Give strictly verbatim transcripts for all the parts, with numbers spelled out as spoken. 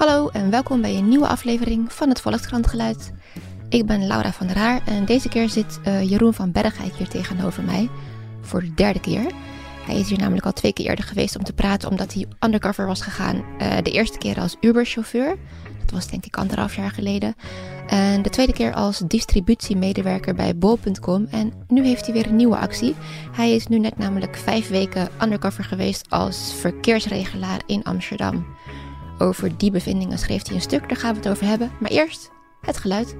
Hallo en welkom bij een nieuwe aflevering van het Volkskrantgeluid. Ik ben Laura van der Haar en deze keer zit uh, Jeroen van Bergijk hier tegenover mij voor de derde keer. Hij is hier namelijk al twee keer eerder geweest om te praten omdat hij undercover was gegaan. Uh, de eerste keer als Uber-chauffeur, dat was denk ik anderhalf jaar geleden. En de tweede keer als distributiemedewerker bij bol punt com. En nu heeft hij weer een nieuwe actie. Hij is nu net namelijk vijf weken undercover geweest als verkeersregelaar in Amsterdam. Over die bevindingen schreef hij een stuk, daar gaan we het over hebben. Maar eerst het geluid.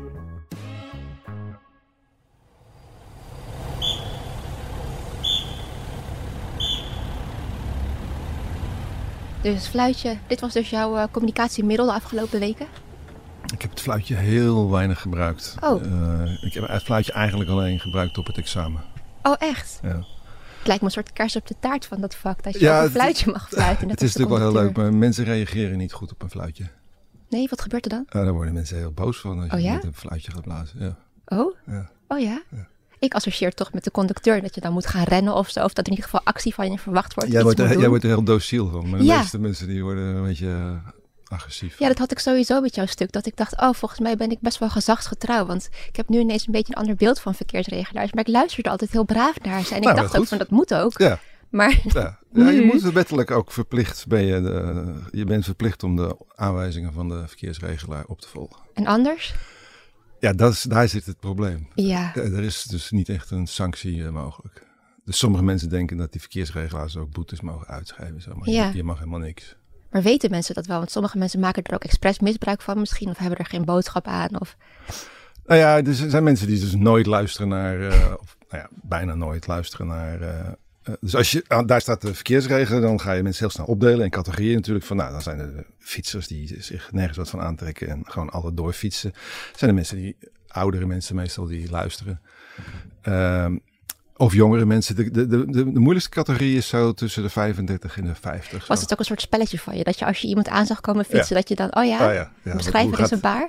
Dus fluitje, dit was dus jouw uh, communicatiemiddel de afgelopen weken? Ik heb het fluitje heel weinig gebruikt. Oh. Uh, ik heb het fluitje eigenlijk alleen gebruikt op het examen. Oh, echt? Ja. Het lijkt me een soort kers op de taart van dat vak. Dat je ja, ook een fluitje mag fluiten. Het is natuurlijk wel heel leuk, maar mensen reageren niet goed op een fluitje. Nee, wat gebeurt er dan? Uh, daar worden mensen heel boos van als oh, je ja? met een fluitje gaat blazen. Ja. Oh? Ja. Oh ja? ja? Ik associeer toch met de conducteur dat je dan moet gaan rennen of zo. Of dat er in ieder geval actie van je verwacht wordt. Jij wordt er, jij wordt er heel dociel van. Maar de ja. meeste mensen die worden een beetje uh, agressief. Ja, dat had ik sowieso met jouw stuk. Dat ik dacht, oh, volgens mij ben ik best wel gezagsgetrouw. Want ik heb nu ineens een beetje een ander beeld van verkeersregelaars. Maar ik luisterde altijd heel braaf naar ze. En ik nou, dacht ook van, dat moet ook. Ja. Maar ja. Ja, je moet wettelijk ook verplicht, ben je, de, je bent verplicht om de aanwijzingen van de verkeersregelaar op te volgen. En anders? Ja, dat is, daar zit het probleem. Ja. Ja, er is dus niet echt een sanctie uh, mogelijk. Dus sommige mensen denken dat die verkeersregelaars ook boetes mogen uitschrijven. Zo, maar ja. je, je mag helemaal niks. Maar weten mensen dat wel? Want sommige mensen maken er ook expres misbruik van misschien. Of hebben er geen boodschap aan. Of... Nou ja, er zijn mensen die dus nooit luisteren naar, uh, of nou ja, bijna nooit luisteren naar... Uh, uh, dus als je, uh, daar staat de verkeersregelen, dan ga je mensen heel snel opdelen in categorieën natuurlijk. Van, nou, dan zijn er de fietsers die zich nergens wat van aantrekken en gewoon altijd doorfietsen. Zijn er mensen die, oudere mensen meestal, die luisteren. Uh, of jongere mensen. De, de, de, de moeilijkste categorie is zo tussen de vijfendertig en de vijftig. Was zo. het ook een soort spelletje van je? Dat je als je iemand aan zag komen fietsen, ja. dat je dan, oh ja, oh ja, ja beschrijf er eens een paar.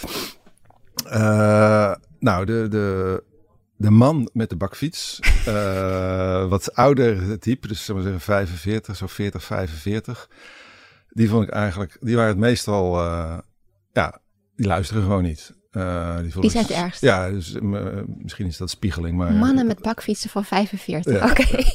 Uh, nou, de... de De man met de bakfiets, uh, wat ouder type, dus zullen we zeggen vijfenveertig, zo veertig, vijfenveertig. Die vond ik eigenlijk, die waren het meestal, uh, ja, die luisteren gewoon niet. Uh, die, die zijn het ergst. Ja, dus uh, misschien is dat spiegeling, maar... Mannen met bakfietsen van vijfenveertig, ja. Oké. Okay.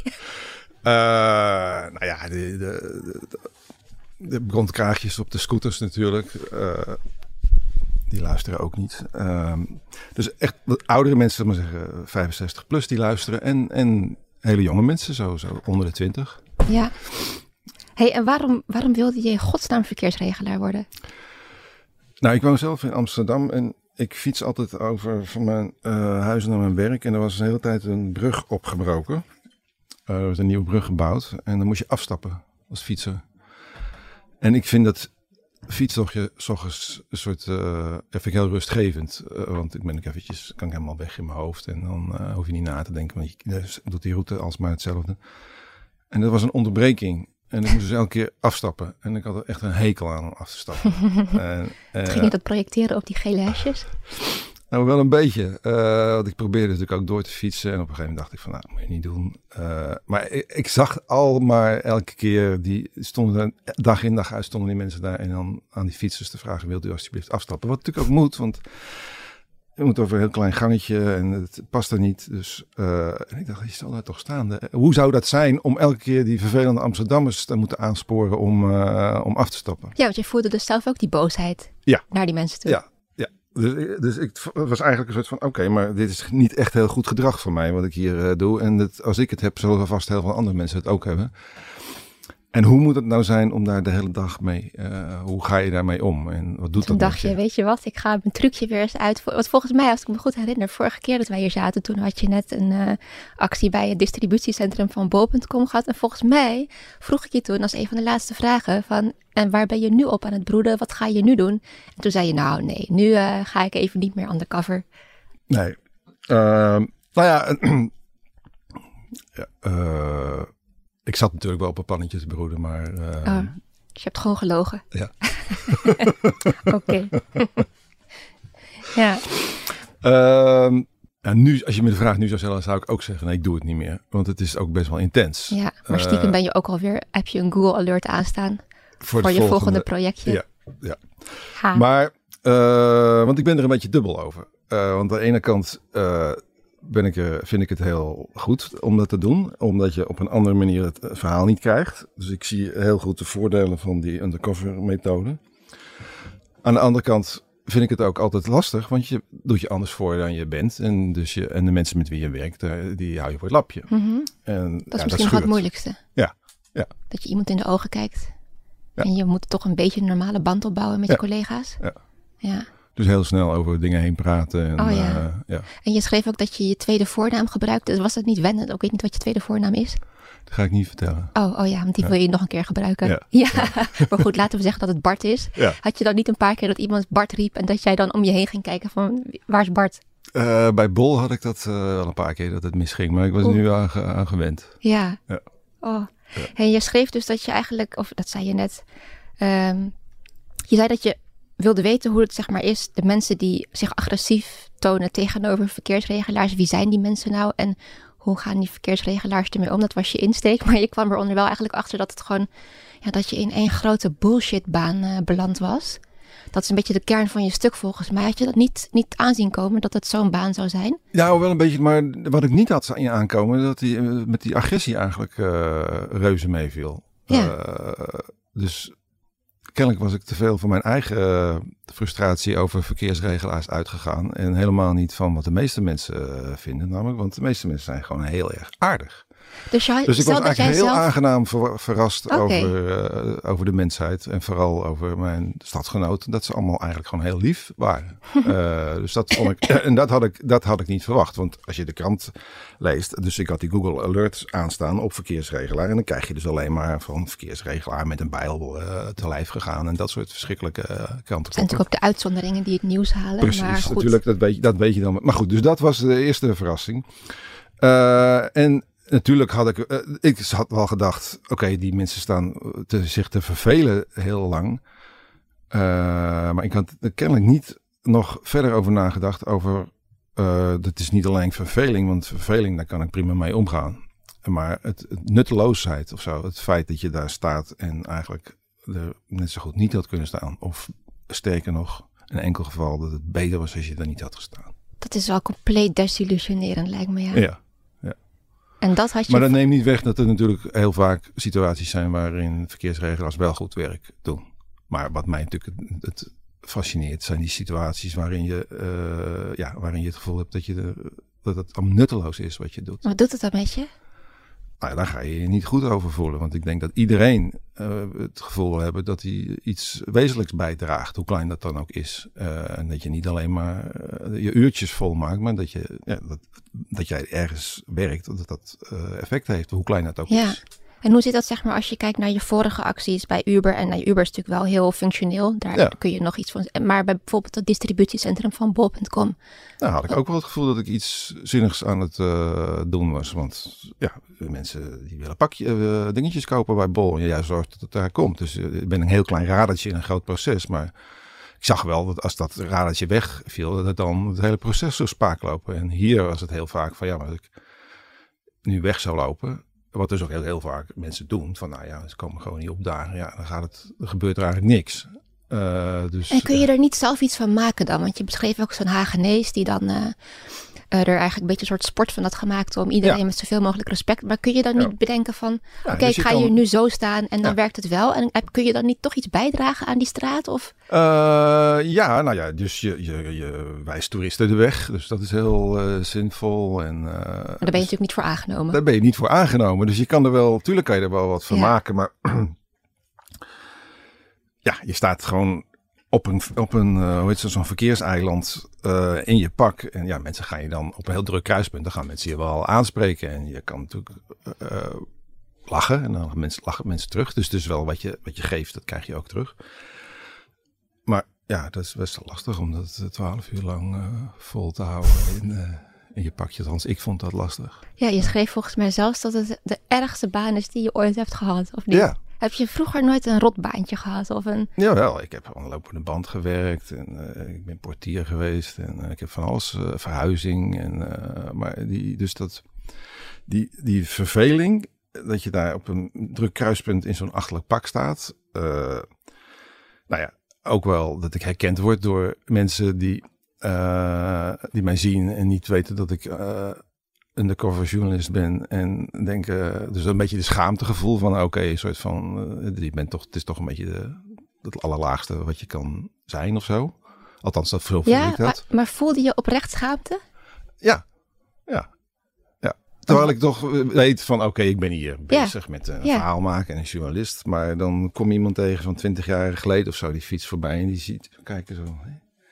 Uh, nou ja, de, de, de, de brandkraagjes op de scooters natuurlijk... Uh, Die luisteren ook niet. Um, dus echt oudere mensen, zeg maar zeggen, vijfenzestig plus, die luisteren. En, en hele jonge mensen, zo, zo onder de twintig. Ja. Hey, en waarom, waarom wilde je in godsnaam verkeersregelaar worden? Nou, ik woon zelf in Amsterdam en ik fiets altijd over van mijn uh, huis naar mijn werk. En er was een hele tijd een brug opgebroken. Uh, er was een nieuwe brug gebouwd. En dan moest je afstappen als fietser. En ik vind dat... fietstochtje 's ochtends een soort, uh, vind ik heel rustgevend. Uh, want ik ben ik eventjes, kan ik helemaal weg in mijn hoofd. En dan uh, hoef je niet na te denken, want je dus doet die route alsmaar hetzelfde. En dat was een onderbreking. En ik moest dus elke keer afstappen. En ik had er echt een hekel aan om af te stappen. en, uh, Ging je dat projecteren op die gele hesjes? Nou, wel een beetje. Uh, want ik probeerde natuurlijk ook door te fietsen. En op een gegeven moment dacht ik van, nou, dat moet je niet doen. Uh, maar ik, ik zag al maar elke keer, die stonden dag in dag uit, stonden die mensen daar. En dan aan die fietsers te vragen, wilt u alsjeblieft afstappen? Wat natuurlijk ook moet, want je moet over een heel klein gangetje en het past er niet. Dus uh, en ik dacht, je zal daar toch staan. Hoe zou dat zijn om elke keer die vervelende Amsterdammers te moeten aansporen om, uh, om af te stappen? Ja, want je voelde dus zelf ook die boosheid ja. naar die mensen toe. Ja. Dus, dus ik, het was eigenlijk een soort van, oké, okay, maar dit is niet echt heel goed gedrag van mij, wat ik hier uh, doe. En dat, als ik het heb, zullen vast heel veel andere mensen het ook hebben. En hoe moet het nou zijn om daar de hele dag mee, uh, hoe ga je daarmee om? En wat doet toen dat dacht je, weet je wat, ik ga mijn trucje weer eens uit. Want volgens mij, als ik me goed herinner, vorige keer dat wij hier zaten, toen had je net een uh, actie bij het distributiecentrum van bol punt com gehad. En volgens mij vroeg ik je toen als een van de laatste vragen van, en waar ben je nu op aan het broeden? Wat ga je nu doen? En toen zei je, nou nee, nu uh, ga ik even niet meer undercover. Nee. Uh, nou ja, ja uh, ik zat natuurlijk wel op een pannetje te broeden, maar... Uh, oh, dus je hebt gewoon gelogen? Ja. Oké. ja. Uh, ja. Nu, als je me de vraag nu zou stellen, zou ik ook zeggen, nee, ik doe het niet meer. Want het is ook best wel intens. Ja, maar stiekem uh, ben je ook alweer, heb je een Google Alert aanstaan voor, voor je volgende, volgende projectje? Ja, ja. Ha. Maar, uh, want ik ben er een beetje dubbel over. Uh, want aan de ene kant uh, ben ik, uh, vind ik het heel goed om dat te doen. Omdat je op een andere manier het verhaal niet krijgt. Dus ik zie heel goed de voordelen van die undercover methode. Aan de andere kant vind ik het ook altijd lastig. Want je doet je anders voor dan je bent. En, dus je, en de mensen met wie je werkt, die hou je voor het lapje. Mm-hmm. En, dat is ja, misschien nog het moeilijkste. Ja. ja. Dat je iemand in de ogen kijkt. Ja. En je moet toch een beetje een normale band opbouwen met ja. je collega's. Ja. ja. Dus heel snel over dingen heen praten. En, oh ja. Uh, ja. En je schreef ook dat je je tweede voornaam gebruikt. Dus was dat niet wennen? Ik weet niet wat je tweede voornaam is. Dat ga ik niet vertellen. Oh, oh ja, want die ja. wil je nog een keer gebruiken. Ja. ja. ja. Maar goed, laten we zeggen dat het Bart is. Ja. Had je dan niet een paar keer dat iemand Bart riep en dat jij dan om je heen ging kijken van waar is Bart? Uh, bij Bol had ik dat uh, wel een paar keer dat het misging, maar ik was er nu aan, aan gewend. Ja. ja. Oh. Ja. En je schreef dus dat je eigenlijk, of dat zei je net, um, je zei dat je wilde weten hoe het zeg maar is, de mensen die zich agressief tonen tegenover verkeersregelaars, wie zijn die mensen nou en hoe gaan die verkeersregelaars ermee om? Dat was je insteek, maar je kwam er onder wel eigenlijk achter dat het gewoon, ja, dat je in één grote bullshitbaan uh, beland was. Dat is een beetje de kern van je stuk volgens mij. Had je dat niet, niet aanzien komen dat het zo'n baan zou zijn? Ja, wel een beetje, maar wat ik niet had zien aankomen, dat die met die agressie eigenlijk uh, reuze meeviel. Ja. Uh, dus kennelijk was ik te veel van mijn eigen uh, frustratie over verkeersregelaars uitgegaan. En helemaal niet van wat de meeste mensen uh, vinden. Namelijk, want de meeste mensen zijn gewoon heel erg aardig. Dus, jij, dus ik was eigenlijk heel zelf... aangenaam ver, verrast okay. over, uh, over de mensheid. En vooral over mijn stadgenoten. Dat ze allemaal eigenlijk gewoon heel lief waren. uh, dus dat vond ik, en dat had ik, dat had ik niet verwacht. Want als je de krant leest. Dus ik had die Google Alerts aanstaan op verkeersregelaar. En dan krijg je dus alleen maar van verkeersregelaar met een bijl uh, te lijf gegaan. En dat soort verschrikkelijke uh, kranten. En natuurlijk ook de uitzonderingen die het nieuws halen. Precies, maar goed. natuurlijk. Dat weet, je, dat weet je dan. Maar goed, dus dat was de eerste verrassing. Uh, en... Natuurlijk had ik, uh, ik had wel gedacht, oké, okay, die mensen staan te, zich te vervelen heel lang. Uh, maar ik had er kennelijk niet nog verder over nagedacht over, uh, dat is niet alleen verveling, want verveling, daar kan ik prima mee omgaan. Maar het, het nutteloosheid of zo, het feit dat je daar staat en eigenlijk er net zo goed niet had kunnen staan. Of sterker nog, in enkel geval dat het beter was als je er niet had gestaan. Dat is wel compleet desillusionerend, lijkt me, ja. Ja. En dat had je... Maar dat neemt niet weg dat er natuurlijk heel vaak situaties zijn waarin verkeersregelaars wel goed werk doen. Maar wat mij natuurlijk het, het fascineert zijn die situaties waarin je, uh, ja, waarin je het gevoel hebt dat, je de, dat het allemaal nutteloos is wat je doet. Wat doet het dan met je? Nou ja, daar ga je je niet goed over voelen. Want ik denk dat iedereen uh, het gevoel wil hebben dat hij iets wezenlijks bijdraagt. Hoe klein dat dan ook is. Uh, en dat je niet alleen maar uh, je uurtjes volmaakt. Maar dat, je, ja, dat, dat jij ergens werkt. Dat dat uh, effect heeft. Hoe klein dat ook ja. is. En hoe zit dat zeg maar als je kijkt naar je vorige acties bij Uber. En nou, Uber is natuurlijk wel heel functioneel. Daar ja. kun je nog iets van... Maar bij bijvoorbeeld het distributiecentrum van bol punt com. Nou had ik ook wel het gevoel dat ik iets zinnigs aan het uh, doen was. Want ja, mensen die willen pakje, uh, dingetjes kopen bij Bol. En jij zorgt dat het daar komt. Dus uh, ik ben een heel klein radertje in een groot proces. Maar ik zag wel dat als dat radertje wegviel, dat het dan het hele proces zo spaak lopen. En hier was het heel vaak van ja, maar als ik nu weg zou lopen... Wat dus ook heel, heel vaak mensen doen. Van nou ja, ze komen gewoon niet opdagen. Ja, dan gaat het, er gebeurt er eigenlijk niks. Uh, dus, en kun je er niet zelf iets van maken dan? Want je beschreef ook zo'n Hagenees die dan uh, er eigenlijk een beetje een soort sport van had gemaakt. Om iedereen ja. met zoveel mogelijk respect. Maar kun je dan ja. niet bedenken van ja, oké, okay, dus ik ga kan... hier nu zo staan en dan ja. werkt het wel. En kun je dan niet toch iets bijdragen aan die straat? Of? Uh, ja, nou ja, dus je, je, je wijst toeristen de weg. Dus dat is heel uh, zinvol. En, uh, maar daar ben je dus, natuurlijk niet voor aangenomen. Daar ben je niet voor aangenomen. Dus je kan er wel, tuurlijk kan je er wel wat van ja. maken. Maar ja, je staat gewoon op een, op een uh, hoe heet het, zo'n verkeerseiland uh, in je pak. En ja, mensen gaan je dan op een heel druk kruispunt. Dan gaan mensen je wel aanspreken. En je kan natuurlijk uh, lachen. En dan gaan mensen, lachen mensen terug. Dus dus wel wat je, wat je geeft, dat krijg je ook terug. Maar ja, dat is best lastig om dat twaalf uur lang uh, vol te houden in, uh, in je pakje. Althans, ik vond dat lastig. Ja, je schreef volgens mij zelfs dat het de ergste baan is die je ooit hebt gehad, of niet? Ja. Heb je vroeger nooit een rotbaantje gehad? Of een... Jawel, ik heb aan de lopende band gewerkt. En uh, ik ben portier geweest. En uh, ik heb van alles, uh, verhuizing. En, uh, maar die, dus dat, die, die verveling, dat je daar op een druk kruispunt in zo'n achterlijk pak staat. Uh, nou ja. ook wel dat ik herkend word door mensen die, uh, die mij zien en niet weten dat ik uh, undercover journalist ben. En denken, dus een beetje de schaamtegevoel van oké, okay, een soort van, uh, je bent toch, het is toch een beetje de, het allerlaagste wat je kan zijn of zo. Althans, dat veel voel ja, ik dat. Maar, maar voelde je oprecht schaamte? Ja, ja. Terwijl ik toch weet van oké, okay, ik ben hier bezig ja. met een ja. verhaal maken en een journalist. Maar dan kom je iemand tegen van twintig jaar geleden of zo. Die fiets voorbij en die ziet, kijken zo. Hè?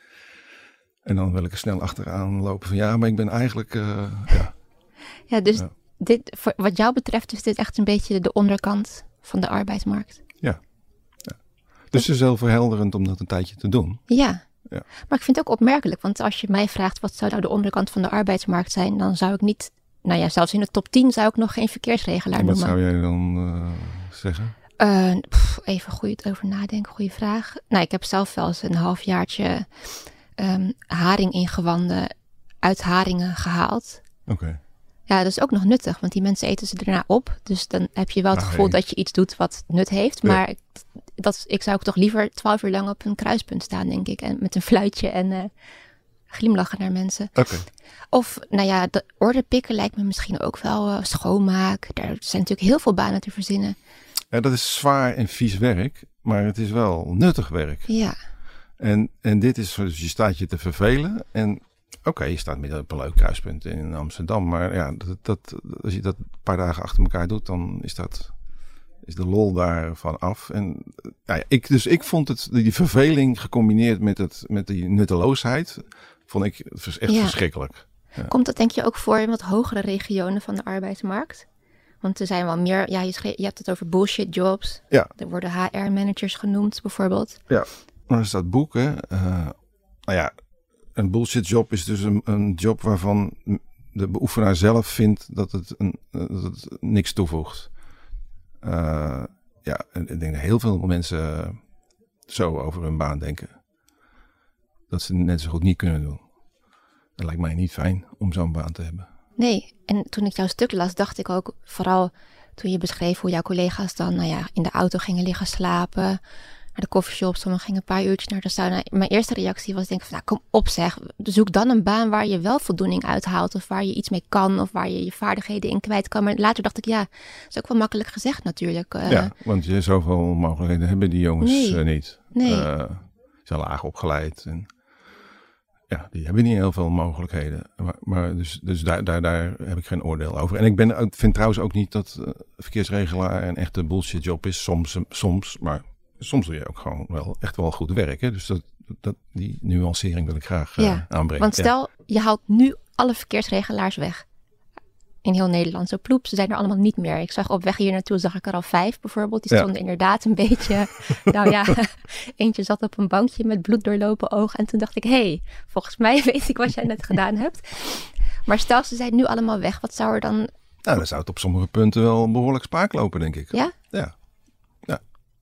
En dan wil ik er snel achteraan lopen van ja, maar ik ben eigenlijk... Uh, ja. ja, dus ja. Dit, voor, wat jou betreft is dit echt een beetje de onderkant van de arbeidsmarkt. Ja. ja. Dus het is heel verhelderend om dat een tijdje te doen. Ja. ja. Maar ik vind het ook opmerkelijk. Want als je mij vraagt wat zou nou de onderkant van de arbeidsmarkt zijn, dan zou ik niet... Nou ja, zelfs in de top tien zou ik nog geen verkeersregelaar en wat noemen. Wat zou jij dan uh, zeggen? Uh, pff, even goed over nadenken, goede vraag. Nou, ik heb zelf wel eens een halfjaartje um, haringingewanden uit haringen gehaald. Oké. Okay. Ja, dat is ook nog nuttig, want die mensen eten ze daarna op. Dus dan heb je wel het ah, gevoel hey. dat je iets doet wat nut heeft. Ja. Maar dat, ik zou ook toch liever twaalf uur lang op een kruispunt staan, denk ik. En met een fluitje en... Uh, glimlachen naar mensen. Okay. Of, nou ja, de orde pikken lijkt me misschien ook wel uh, schoonmaak. Daar zijn natuurlijk heel veel banen te verzinnen. Ja, dat is zwaar en vies werk, maar het is wel nuttig werk. Ja. En, en dit is, dus je staat je te vervelen en oké, okay, je staat midden op een leuk kruispunt in Amsterdam, maar ja, dat, dat, als je dat een paar dagen achter elkaar doet, dan is dat... is de lol daarvan af. En ja, ik, dus ik vond het, die verveling gecombineerd met, het, met die nutteloosheid, vond ik echt ja. verschrikkelijk. Ja. Komt dat denk je ook voor in wat hogere regionen van de arbeidsmarkt? Want er zijn wel meer, ja, je, schreef, je hebt het over bullshit jobs. Ja. Er worden H R-managers genoemd bijvoorbeeld. Ja, maar er staat boek, hè. Uh, nou ja, een bullshit job is dus een, een job waarvan de beoefenaar zelf vindt dat het, een, dat het niks toevoegt. Uh, ja, en ik denk dat heel veel mensen zo over hun baan denken. Dat ze het net zo goed niet kunnen doen. Dat lijkt mij niet fijn om zo'n baan te hebben. Nee, en toen ik jouw stuk las, dacht ik ook vooral toen je beschreef hoe jouw collega's dan nou ja, in de auto gingen liggen slapen, naar de koffieshop, sommigen gingen een paar uurtjes naar de sauna. Mijn eerste reactie was denk ik van, nou kom op zeg, zoek dan een baan waar je wel voldoening uithaalt of waar je iets mee kan of waar je je vaardigheden in kwijt kan. Maar later dacht ik, ja, dat is ook wel makkelijk gezegd natuurlijk. Uh, ja, want je zoveel mogelijkheden hebben die jongens nee, uh, niet. Nee. Uh, ze zijn laag opgeleid en ja, die hebben niet heel veel mogelijkheden. Maar, maar dus, dus daar, daar, daar heb ik geen oordeel over. En ik ben, vind trouwens ook niet dat uh, verkeersregelaar een echte bullshit job is. Soms, soms, maar soms doe je ook gewoon wel echt wel goed werk. Hè? Dus dat, dat, die nuancering wil ik graag uh, ja, aanbrengen. Want stel, ja. je haalt nu alle verkeersregelaars weg. In heel Nederland. Zo ploep, ze zijn er allemaal niet meer. Ik zag op weg hier naartoe, zag ik er al vijf bijvoorbeeld. Die stonden ja. inderdaad een beetje... nou ja, eentje zat op een bankje met bloed doorlopen ogen. En toen dacht ik, hé, hey, volgens mij weet ik wat jij net gedaan hebt. Maar stel, ze zijn nu allemaal weg. Wat zou er dan... Nou, dan zou het op sommige punten wel behoorlijk spaak lopen, denk ik. Ja? Ja. ja.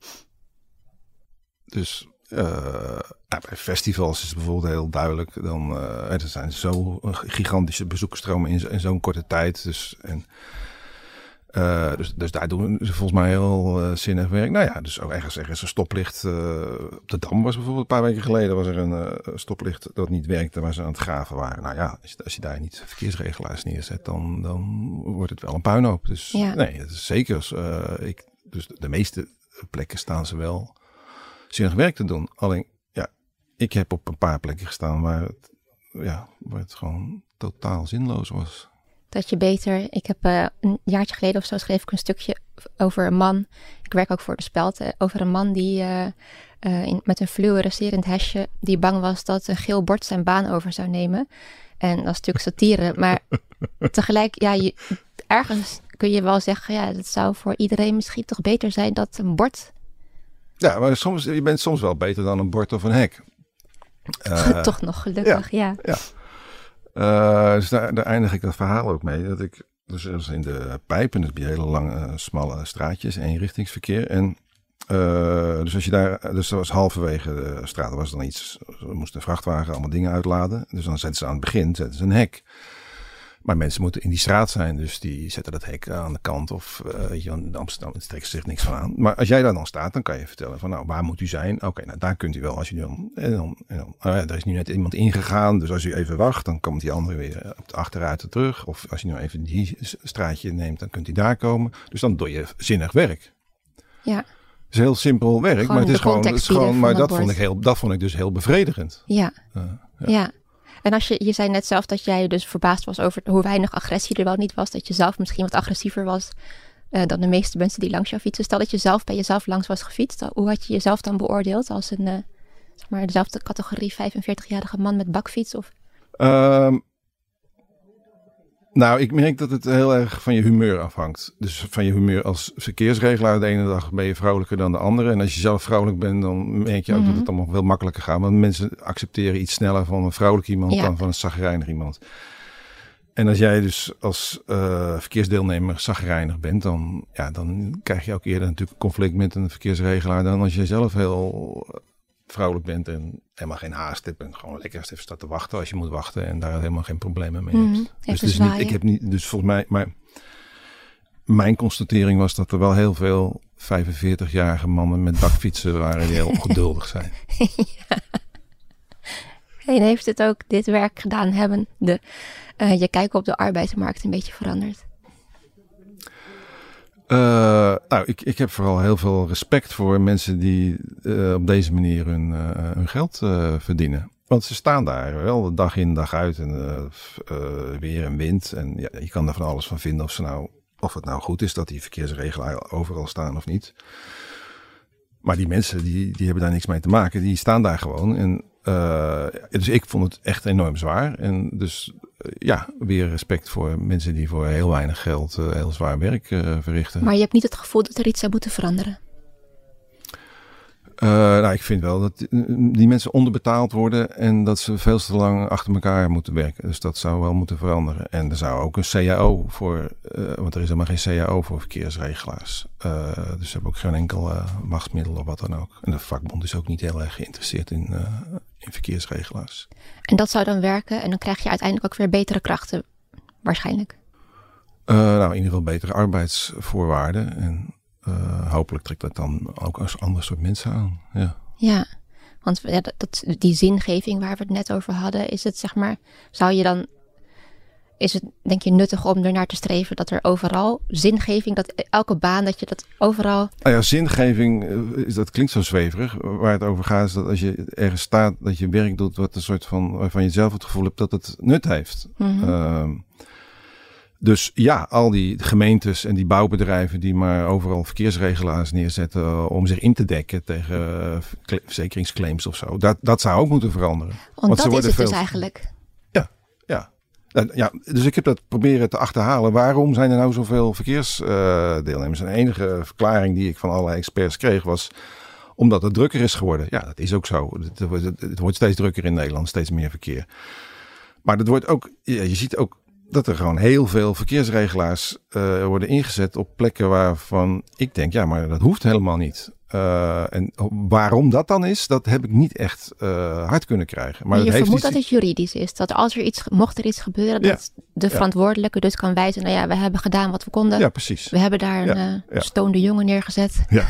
Dus... Uh, ja, bij festivals is het bijvoorbeeld heel duidelijk. Dan, uh, er zijn zo gigantische bezoekersstromen in, in zo'n korte tijd. Dus, en, uh, dus, dus daar doen ze volgens mij heel uh, zinnig werk. Nou ja, dus ook ergens, ergens een stoplicht. Uh, op de Dam was bijvoorbeeld een paar weken geleden. Was er een uh, stoplicht dat niet werkte waar ze aan het graven waren. Nou ja, als je, als je daar niet verkeersregelaars neerzet, dan, dan wordt het wel een puinhoop. Dus ja. nee, het is zeker. Uh, ik, dus de meeste plekken staan ze wel zinnig werk te doen. Alleen, ja, ik heb op een paar plekken gestaan waar het, ja, waar het gewoon totaal zinloos was. Dat je beter... Ik heb uh, een jaartje geleden of zo schreef ik een stukje over een man. Ik werk ook voor de Speld. Uh, over een man die uh, uh, in, met een fluorescerend hesje, die bang was dat een geel bord zijn baan over zou nemen. En dat is natuurlijk satire. Maar tegelijk, ja, je, ergens kun je wel zeggen, ja, dat zou voor iedereen misschien toch beter zijn dat een bord... Ja, maar soms, je bent soms wel beter dan een bord of een hek. Uh, Toch nog gelukkig, ja. ja. ja. Uh, dus daar, daar eindig ik dat verhaal ook mee. Dat ik, dus in de pijp, en dus heb je hele lange, smalle straatjes, eenrichtingsverkeer. En uh, dus als je daar, dus dat was halverwege de straat, er was dan iets, er moest een vrachtwagen allemaal dingen uitladen. Dus dan zetten ze aan het begin, zetten ze een hek. Maar mensen moeten in die straat zijn, dus die zetten dat hek aan de kant. Of uh, weet je, in Amsterdam trekken ze zich niks van aan. Maar als jij daar dan staat, dan kan je vertellen van nou, waar moet u zijn? Oké, okay, nou daar kunt u wel. Als je dan, en dan, en dan oh ja, er is nu net iemand ingegaan, dus als u even wacht, dan komt die andere weer op de achteruit terug. Of als je nou even die straatje neemt, dan kunt u daar komen. Dus dan doe je zinnig werk. Ja. Het is heel simpel werk, gewoon maar het is gewoon, het is gewoon maar dat bord. vond ik heel, dat vond ik dus heel bevredigend. Ja. Uh, ja. ja. En als je, je zei net zelf dat jij dus verbaasd was over hoe weinig agressie er wel niet was. Dat je zelf misschien wat agressiever was uh, dan de meeste mensen die langs jou fietsen. Stel dat je zelf bij jezelf langs was gefietst. Hoe had je jezelf dan beoordeeld als een, uh, zeg maar, dezelfde categorie vijfenveertigjarige man met bakfiets? Of? Um, nou, ik merk dat het heel erg van je humeur afhangt. Dus van je humeur als verkeersregelaar. De ene dag ben je vrolijker dan de andere. En als je zelf vrolijk bent, dan merk je ook mm-hmm. dat het allemaal veel makkelijker gaat. Want mensen accepteren iets sneller van een vrolijk iemand ja. dan van een chagrijnig iemand. En als jij dus als uh, verkeersdeelnemer chagrijnig bent, dan, ja, dan krijg je ook eerder natuurlijk conflict met een verkeersregelaar dan als jij zelf heel vrolijk bent en helemaal geen haast hebt en gewoon lekker even staat te wachten als je moet wachten en daar helemaal geen problemen mee hebt. Mm, dus dus niet, ik heb niet, dus volgens mij, maar mijn constatering was dat er wel heel veel vijfenveertigjarige mannen met bakfietsen waren die heel ongeduldig zijn. Ja. En heeft het ook dit werk gedaan hebben de, uh, je kijk op de arbeidsmarkt een beetje veranderd? Uh, nou, ik, ik heb vooral heel veel respect voor mensen die uh, op deze manier hun, uh, hun geld uh, verdienen. Want ze staan daar wel dag in dag uit en uh, uh, weer en wind. En ja, je kan er van alles van vinden of, ze nou, of het nou goed is dat die verkeersregelaar overal staan of niet. Maar die mensen die, die hebben daar niks mee te maken. Die staan daar gewoon. En, uh, dus ik vond het echt enorm zwaar. En dus uh, ja, weer respect voor mensen die voor heel weinig geld uh, heel zwaar werk uh, verrichten. Maar je hebt niet het gevoel dat er iets zou moeten veranderen? Uh, nou, ik vind wel dat die mensen onderbetaald worden en dat ze veel te lang achter elkaar moeten werken. Dus dat zou wel moeten veranderen. En er zou ook een C A O voor, uh, want er is helemaal geen C A O voor verkeersregelaars. Uh, dus ze hebben ook geen enkel uh, machtsmiddel of wat dan ook. En de vakbond is ook niet heel erg geïnteresseerd in, uh, in verkeersregelaars. En dat zou dan werken en dan krijg je uiteindelijk ook weer betere krachten, waarschijnlijk? Uh, nou, in ieder geval betere arbeidsvoorwaarden en Uh, hopelijk trekt dat dan ook als ander soort mensen aan. Ja, ja want ja, dat, dat, die zingeving waar we het net over hadden, is het zeg maar, zou je dan, is het denk je nuttig om er naar te streven dat er overal zingeving, dat elke baan, dat je dat overal... Nou ja, zingeving, dat klinkt zo zweverig. Waar het over gaat is dat als je ergens staat, dat je werk doet wat een soort van, waarvan je zelf het gevoel hebt dat het nut heeft. Mm-hmm. Uh, Dus ja, al die gemeentes en die bouwbedrijven die maar overal verkeersregelaars neerzetten om zich in te dekken tegen uh, verzekeringsclaims of zo. Dat, dat zou ook moeten veranderen. Want, Want dat ze is het veel... dus eigenlijk. Ja, ja. ja. Dus ik heb dat proberen te achterhalen. Waarom zijn er nou zoveel verkeersdeelnemers? Uh, en de enige verklaring die ik van allerlei experts kreeg was omdat het drukker is geworden. Ja, dat is ook zo. Het, het, het wordt steeds drukker in Nederland, steeds meer verkeer. Maar dat wordt ook, ja, je ziet ook dat er gewoon heel veel verkeersregelaars uh, worden ingezet op plekken waarvan ik denk, ja, maar dat hoeft helemaal niet. Uh, en waarom dat dan is, dat heb ik niet echt uh, hard kunnen krijgen. Maar, maar je dat heeft vermoedt iets... dat het juridisch is. Dat als er iets, mocht er iets gebeuren, dat ja. de verantwoordelijke dus kan wijzen, nou ja, we hebben gedaan wat we konden. Ja, precies. We hebben daar een ja. uh, ja. stoonde jongen neergezet. Ja.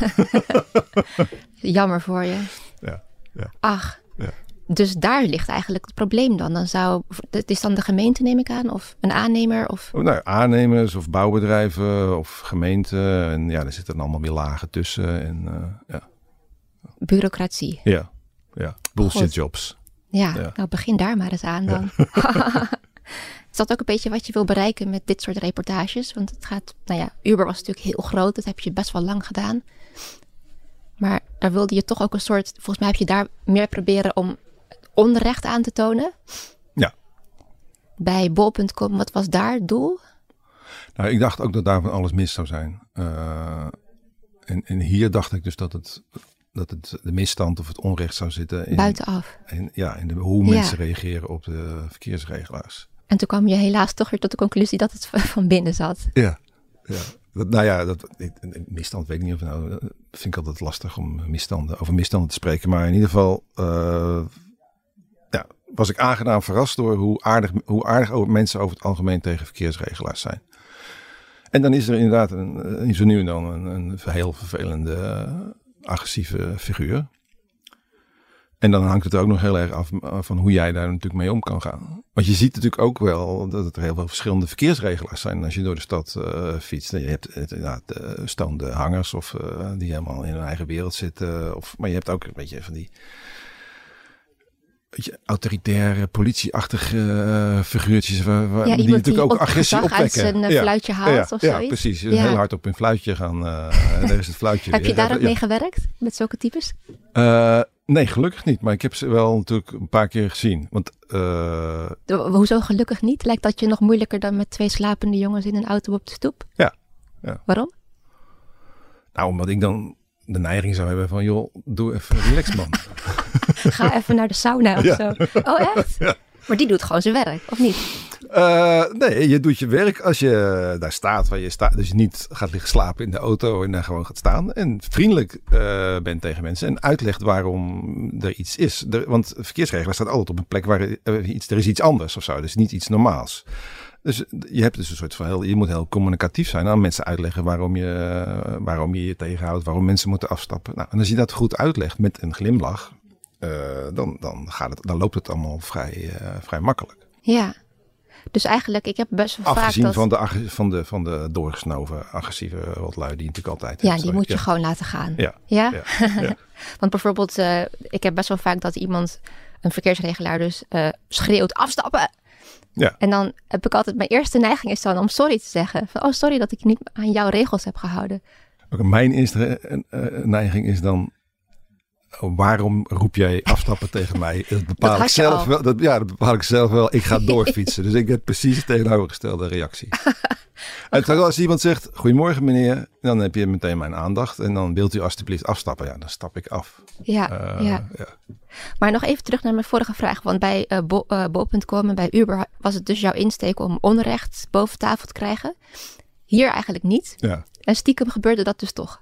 Jammer voor je. Ja. Ja. Ach. Ja. Dus daar ligt eigenlijk het probleem dan. Dan zou, het is dan de gemeente, neem ik aan, of een aannemer? Of... Nou, aannemers of bouwbedrijven of gemeenten. En ja, er zitten dan allemaal weer lagen tussen. En, uh, ja. Bureaucratie. Ja, ja. Bullshit God. Jobs. Ja, ja, nou begin daar maar eens aan dan. Ja. Is dat ook een beetje wat je wil bereiken met dit soort reportages? Want het gaat, nou ja, Uber was natuurlijk heel groot. Dat heb je best wel lang gedaan. Maar daar wilde je toch ook een soort, volgens mij heb je daar meer proberen om onrecht aan te tonen. Ja. Bij bol punt com, wat was daar het doel? Nou, ik dacht ook dat daar van alles mis zou zijn. Uh, en, en hier dacht ik dus dat het, dat het de misstand of het onrecht zou zitten. In, buitenaf. In, ja, in de, hoe mensen ja. reageren op de verkeersregelaars. En toen kwam je helaas toch weer tot de conclusie dat het van binnen zat. Ja, ja. Dat, nou ja, dat, misstand weet ik niet of nou, dat vind ik altijd lastig om misstanden, over misstanden te spreken. Maar in ieder geval, uh, ja, was ik aangenaam verrast door hoe aardig, hoe aardig over mensen over het algemeen tegen verkeersregelaars zijn. En dan is er inderdaad een, een, zo nu en dan een, een heel vervelende, uh, agressieve figuur. En dan hangt het er ook nog heel erg af van hoe jij daar natuurlijk mee om kan gaan. Want je ziet natuurlijk ook wel dat er heel veel verschillende verkeersregelaars zijn als je door de stad uh, fietst. Je hebt inderdaad uh, stoonde hangers of uh, die helemaal in hun eigen wereld zitten. Of, maar je hebt ook een beetje van die beetje autoritaire, politieachtige uh, figuurtjes waar, waar, ja, die natuurlijk ook agressie opwekken. Uit zijn uh, ja. fluitje haalt ja, of ja, zoiets. Precies. Ja, precies. Heel hard op hun fluitje gaan. Uh, daar is het fluitje Heb weer. je daar ook ja. mee gewerkt? Met zulke types? Uh, nee, gelukkig niet. Maar ik heb ze wel natuurlijk een paar keer gezien. Want, uh, de, hoezo gelukkig niet? Lijkt dat je nog moeilijker dan met twee slapende jongens in een auto op de stoep? Ja. ja. Waarom? Nou, omdat ik dan de neiging zou hebben van, joh, doe even relax, man. Ga even naar de sauna of ja. zo. Oh, echt? Ja. Maar die doet gewoon zijn werk, of niet? Uh, nee, je doet je werk als je daar staat waar je staat. Dus je niet gaat liggen slapen in de auto en daar gewoon gaat staan. En vriendelijk uh, bent tegen mensen en uitlegt waarom er iets is. Er, want verkeersregelaar staat altijd op een plek waar er, iets, er is iets anders of zo. Dus niet iets normaals. Dus je hebt dus een soort van heel, je moet heel communicatief zijn. Aan mensen uitleggen waarom je, waarom je je tegenhoudt. Waarom mensen moeten afstappen. Nou, en als je dat goed uitlegt met een glimlach. Uh, dan, dan, gaat het, dan loopt het allemaal vrij, uh, vrij makkelijk. Ja, dus eigenlijk, ik heb best wel Afgezien vaak dat... van de, van de, van de doorgesnoven, agressieve rotlui die natuurlijk altijd... Ja, heeft, die zo. moet je ja. gewoon laten gaan. Ja. Ja? ja. ja. Want bijvoorbeeld, uh, ik heb best wel vaak dat iemand, een verkeersregelaar dus, uh, schreeuwt afstappen. Ja. En dan heb ik altijd, mijn eerste neiging is dan om sorry te zeggen. Van, oh, sorry dat ik je niet aan jouw regels heb gehouden. Okay, mijn eerste uh, neiging is dan... Waarom roep jij afstappen tegen mij? Dat bepaal dat ik zelf wel. Dat, ja, dat bepaal ik zelf wel. Ik ga doorfietsen. Dus ik heb precies de tegenovergestelde reactie. En als iemand zegt, goedemorgen meneer, dan heb je meteen mijn aandacht. En dan wilt u alstublieft afstappen. Ja, dan stap ik af. Ja, uh, ja. ja. Maar nog even terug naar mijn vorige vraag. Want bij uh, bol punt com uh, en bij Uber was het dus jouw insteek om onrecht boven tafel te krijgen. Hier eigenlijk niet. Ja. En stiekem gebeurde dat dus toch.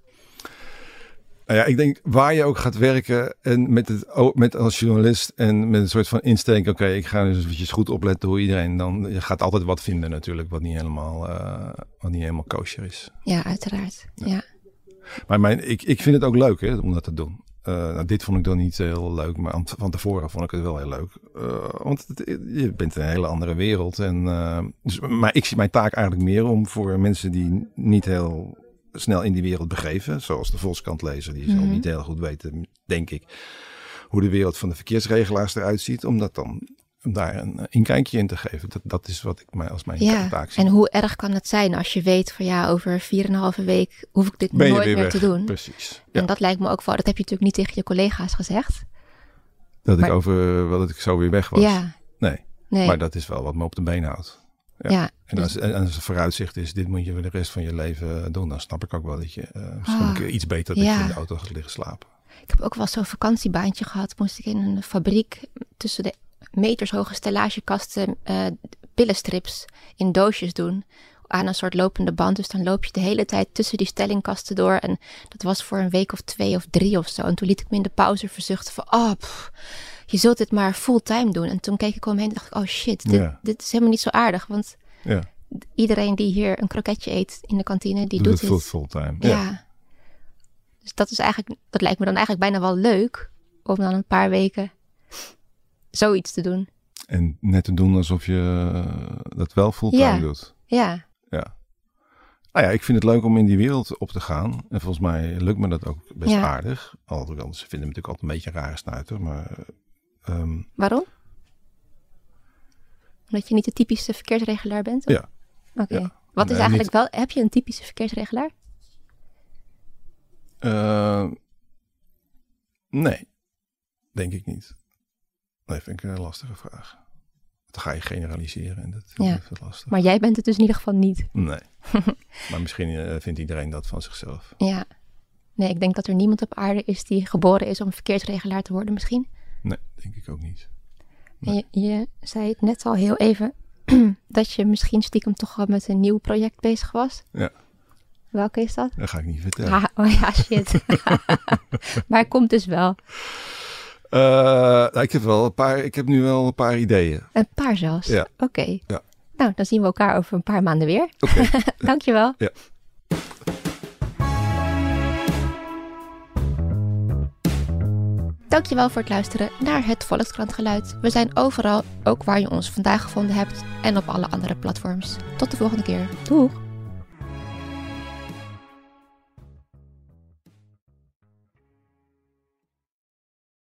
Nou ja, ik denk waar je ook gaat werken en met het met als journalist en met een soort van insteek, oké, okay, ik ga dus eventjes goed opletten hoe iedereen dan, je gaat altijd wat vinden natuurlijk, wat niet helemaal, uh, wat niet helemaal kosher is. Ja, uiteraard. Ja. ja. Maar mijn, ik, ik vind het ook leuk hè, om dat te doen. Uh, nou, dit vond ik dan niet heel leuk, maar van tevoren vond ik het wel heel leuk. Uh, want het, je bent in een hele andere wereld. En, uh, dus, maar ik zie mijn taak eigenlijk meer om voor mensen die niet heel snel in die wereld begeven, zoals de Volkskrant-lezer, die mm-hmm. zal niet heel goed weten, denk ik, hoe de wereld van de verkeersregelaars eruit ziet, om dat dan om daar een inkijkje in te geven. Dat, dat is wat ik mij als mijn ja, taak zie. En hoe erg kan het zijn als je weet van ja, over vier en een halve week hoef ik dit nooit meer weg. te doen. Precies. En ja. dat lijkt me ook wel, dat heb je natuurlijk niet tegen je collega's gezegd. Dat maar, ik over, wat ik zo weer weg was. Ja. Nee. nee. Maar dat is wel wat me op de been houdt. Ja. ja en, als, en als het vooruitzicht is, dit moet je voor de rest van je leven doen, dan snap ik ook wel dat je uh, misschien oh, iets beter dat ja. je in de auto gaat liggen slapen. Ik heb ook wel zo'n vakantiebaantje gehad. Moest ik in een fabriek tussen de metershoge stellagekasten uh, pillenstrips in doosjes doen. Aan een soort lopende band. Dus dan loop je de hele tijd tussen die stellingkasten door. En dat was voor een week of twee of drie of zo. En toen liet ik me in de pauze verzuchten van, oh, pff, je zult dit maar fulltime doen. En toen keek ik omheen en dacht ik, oh shit, dit, ja. dit is helemaal niet zo aardig. Want ja. iedereen die hier een kroketje eet in de kantine, die doet doet het fulltime. Ja. ja. Dus dat is eigenlijk, dat lijkt me dan eigenlijk bijna wel leuk. Om dan een paar weken zoiets te doen. En net te doen alsof je dat wel fulltime ja. doet. Ja. Ja. Nou ja, ik vind het leuk om in die wereld op te gaan. En volgens mij lukt me dat ook best ja. aardig. Alhoewel, ze vinden me natuurlijk altijd een beetje een rare snuiter. Maar, um... Waarom? Omdat je niet de typische verkeersregelaar bent? Of? Ja. Oké. Okay. Ja. Wat is nee, eigenlijk niet... wel... Heb je een typische verkeersregelaar? Uh, nee. Denk ik niet. Nee, vind ik een lastige vraag. Dan ga je generaliseren en dat ja. is lastig. Maar jij bent het dus in ieder geval niet. Nee. Maar misschien uh, vindt iedereen dat van zichzelf. Ja. Nee, ik denk dat er niemand op aarde is die geboren is om verkeersregelaar te worden misschien. Nee, denk ik ook niet. Nee. En je, je zei het net al heel even dat je misschien stiekem toch wel met een nieuw project bezig was. Ja. Welke is dat? Dat ga ik niet vertellen. Ah, oh ja, shit. Maar het komt dus wel. nou, ik, heb wel een paar, ik heb nu wel een paar ideeën. Een paar zelfs? Ja. Oké. Okay. Ja. Nou, dan zien we elkaar over een paar maanden weer. Oké. Okay. Dankjewel. Ja. Dankjewel voor het luisteren naar het Volkskrant Geluid. We zijn overal, ook waar je ons vandaag gevonden hebt en op alle andere platforms. Tot de volgende keer. Doeg!